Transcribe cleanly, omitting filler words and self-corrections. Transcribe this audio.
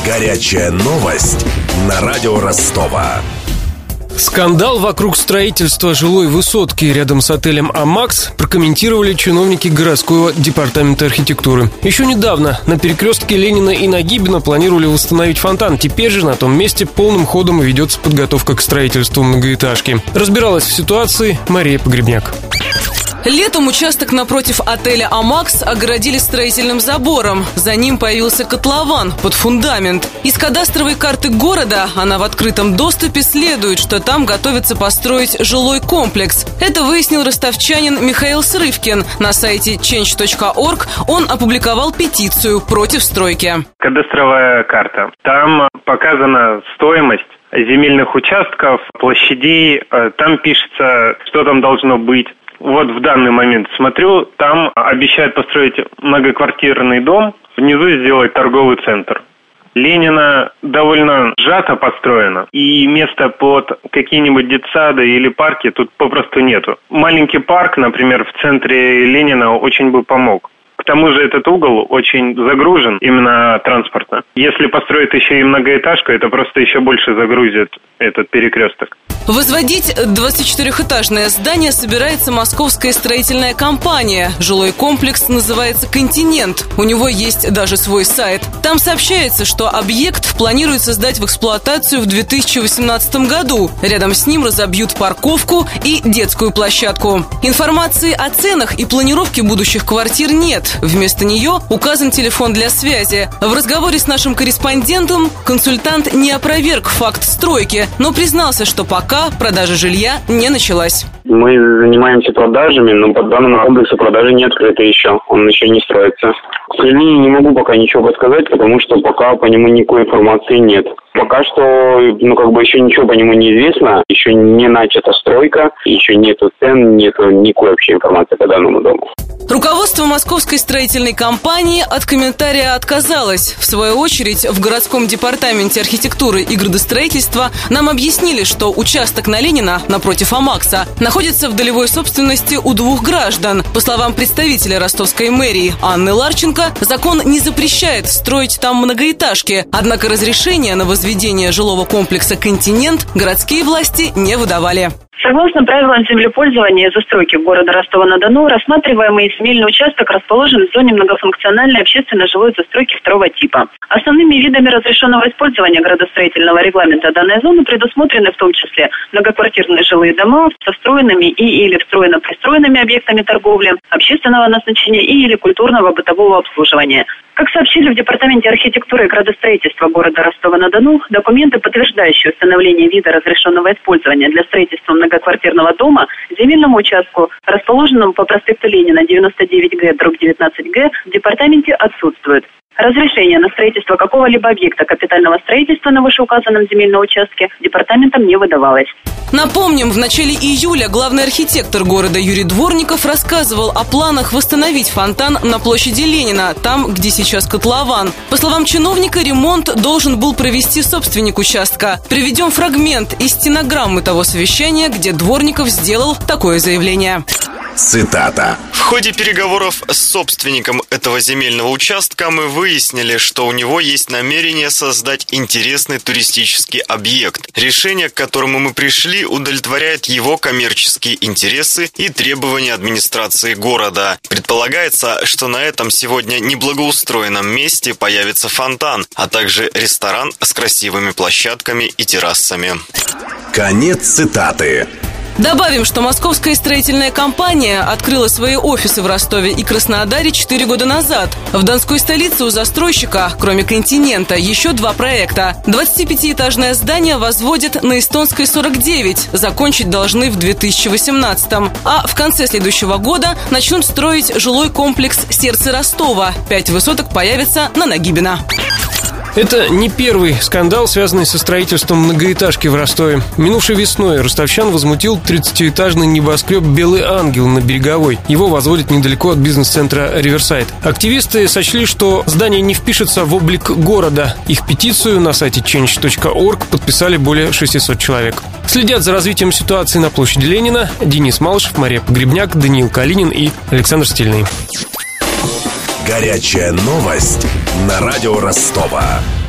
Горячая новость на радио Ростова. Скандал вокруг строительства жилой высотки рядом с отелем «Амакс» прокомментировали чиновники городского департамента архитектуры. Еще недавно на перекрестке Ленина и Нагибина планировали восстановить фонтан. Теперь же на том месте полным ходом ведется подготовка к строительству многоэтажки. Разбиралась в ситуации Мария Погребняк. Летом участок напротив отеля «Амакс» огородили строительным забором. За ним появился котлован под фундамент. Из кадастровой карты города, она в открытом доступе, следует, что там готовится построить жилой комплекс. Это выяснил ростовчанин Михаил Срывкин. На сайте change.org он опубликовал петицию против стройки. Кадастровая карта. Там показана стоимость земельных участков, площадей. Там пишется, что там должно быть. Вот в данный момент смотрю, там обещают построить многоквартирный дом, внизу сделать торговый центр. Ленина довольно сжато построено, и места под какие-нибудь детсады или парки тут попросту нету. Маленький парк, например, в центре Ленина очень бы помог. К тому же этот угол очень загружен именно транспортно. Если построить еще и многоэтажку, это просто еще больше загрузит этот перекресток. Возводить 24-этажное здание собирается московская строительная компания. Жилой комплекс называется «Континент». У него есть даже свой сайт. Там сообщается, что объект планируется сдать в эксплуатацию в 2018 году. Рядом с ним разобьют парковку и детскую площадку. Информации о ценах и планировке будущих квартир нет. Вместо нее указан телефон для связи. В разговоре с нашим корреспондентом консультант не опроверг факт стройки, но признался, что пока продажа жилья не началась. Мы занимаемся продажами, но по данному комплексу продажи не открыты еще. Он еще не строится. К сожалению, не могу пока ничего подсказать, потому что пока по нему никакой информации нет. Пока что, еще ничего по нему не известно. Еще не начата стройка, еще нету цен, нету никакой вообще информации по данному дому. Руководство московской строительной компании от комментария отказалось. В свою очередь, в городском департаменте архитектуры и градостроительства нам объяснили, что участок на Ленина, напротив «Амакса», находится в долевой собственности у двух граждан. По словам представителя ростовской мэрии Анны Ларченко, закон не запрещает строить там многоэтажки. Однако разрешение на возведение жилого комплекса «Континент» городские власти не выдавали. Согласно правилам землепользования и застройки города Ростова-на-Дону, рассматриваемый земельный участок расположен в зоне многофункциональной общественной жилой застройки второго типа. Основными видами разрешенного использования градостроительного регламента данной зоны предусмотрены в том числе многоквартирные жилые дома со встроенными или встроенно-пристроенными объектами торговли, общественного назначения или культурного бытового обслуживания. Как сообщили в Департаменте архитектуры и градостроительства города Ростова-на-Дону, документы, подтверждающие установление вида разрешенного использования для строительства многоквартирного дома земельному участку, расположенному по проспекту Ленина 99Г/19Г, в департаменте отсутствуют. Разрешение на строительство какого-либо объекта капитального строительства на вышеуказанном земельном участке департаментом не выдавалось. Напомним, в начале июля главный архитектор города Юрий Дворников рассказывал о планах восстановить фонтан на площади Ленина, там, где сейчас котлован. По словам чиновника, ремонт должен был провести собственник участка. Приведем фрагмент из стенограммы того совещания, где Дворников сделал такое заявление. Цитата. В ходе переговоров с собственником этого земельного участка мы выяснили, что у него есть намерение создать интересный туристический объект. Решение, к которому мы пришли, удовлетворяет его коммерческие интересы и требования администрации города. Предполагается, что на этом сегодня неблагоустроенном месте появится фонтан, а также ресторан с красивыми площадками и террасами. Конец цитаты. Добавим, что московская строительная компания открыла свои офисы в Ростове и Краснодаре 4 года назад. В Донской столице у застройщика, кроме «Континента», еще 2 проекта. 25-этажное здание возводят на Эстонской 49. Закончить должны в 2018-м. А в конце следующего года начнут строить жилой комплекс «Сердце Ростова». 5 высоток появятся на Нагибина. Это не первый скандал, связанный со строительством многоэтажки в Ростове. Минувшей весной ростовчан возмутил 30-этажный небоскреб «Белый ангел» на Береговой. Его возводят недалеко от бизнес-центра «Риверсайд». Активисты сочли, что здание не впишется в облик города. Их петицию на сайте change.org подписали более 600 человек. Следят за развитием ситуации на площади Ленина Денис Малышев, Мария Погребняк, Даниил Калинин и Александр Стильный. Горячая новость на радио Ростова.